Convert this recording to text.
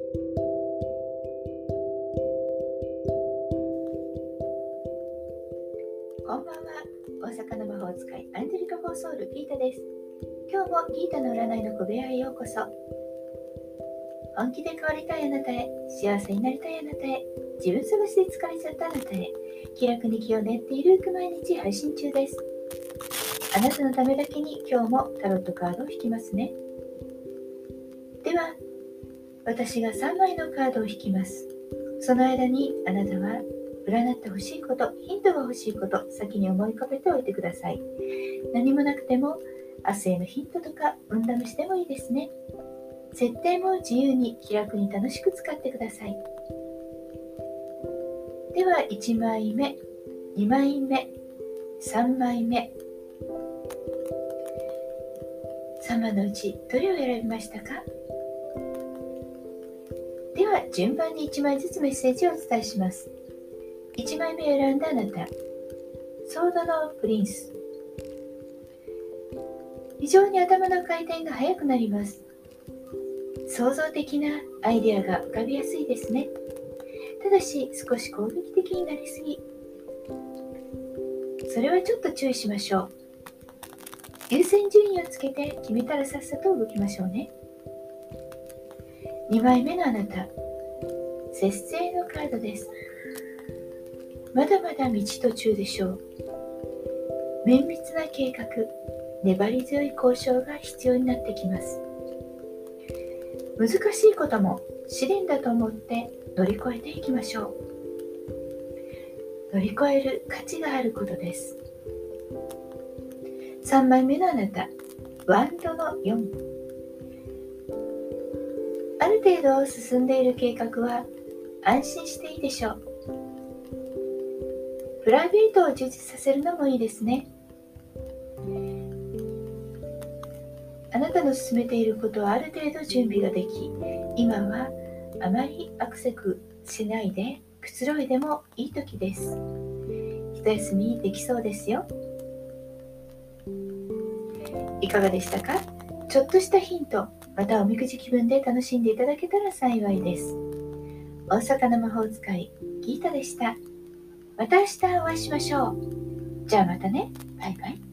こんばんは。大阪の魔法使いアンジェリカ・フォーソウルギータです。今日もギータの占いの小部屋へようこそ。本気で変わりたいあなたへ、幸せになりたいあなたへ、自分探しで疲れちゃったあなたへ、気楽に気を練っている毎日配信中です。あなたのためだけに今日もタロットカードを引きますね。では、私が3枚のカードを引きます。その間にあなたは占ってほしいこと、ヒントが欲しいこと、先に思い浮かべておいてください。何もなくても明日へのヒントとか運試しでもいいですね。設定も自由に気楽に楽しく使ってください。では1枚目、2枚目、3枚目、3番のうちどれを選びましたか？では順番に1枚ずつメッセージをお伝えします。1枚目を選んだあなた、ソードのプリンス。非常に頭の回転が速くなります。創造的なアイデアが浮かびやすいですね。ただし少し攻撃的になりすぎ、それはちょっと注意しましょう。優先順位をつけて決めたらさっさと動きましょうね。2枚目のあなた、節制のカードです。まだまだ道途中でしょう。綿密な計画、粘り強い交渉が必要になってきます。難しいことも試練だと思って乗り越えていきましょう。乗り越える価値があることです。3枚目のあなた、ワンドの4。ある程度進んでいる計画は安心していいでしょう。プライベートを充実させるのもいいですね。あなたの進めていることはある程度準備ができ、今はあまりアクセクしないでくつろいでもいい時です。一休みできそうですよ。いかがでしたか？ちょっとしたヒント、またおみくじ気分で楽しんでいただけたら幸いです。大阪の魔法使いギータでした。また明日お会いしましょう。じゃあまたね。バイバイ。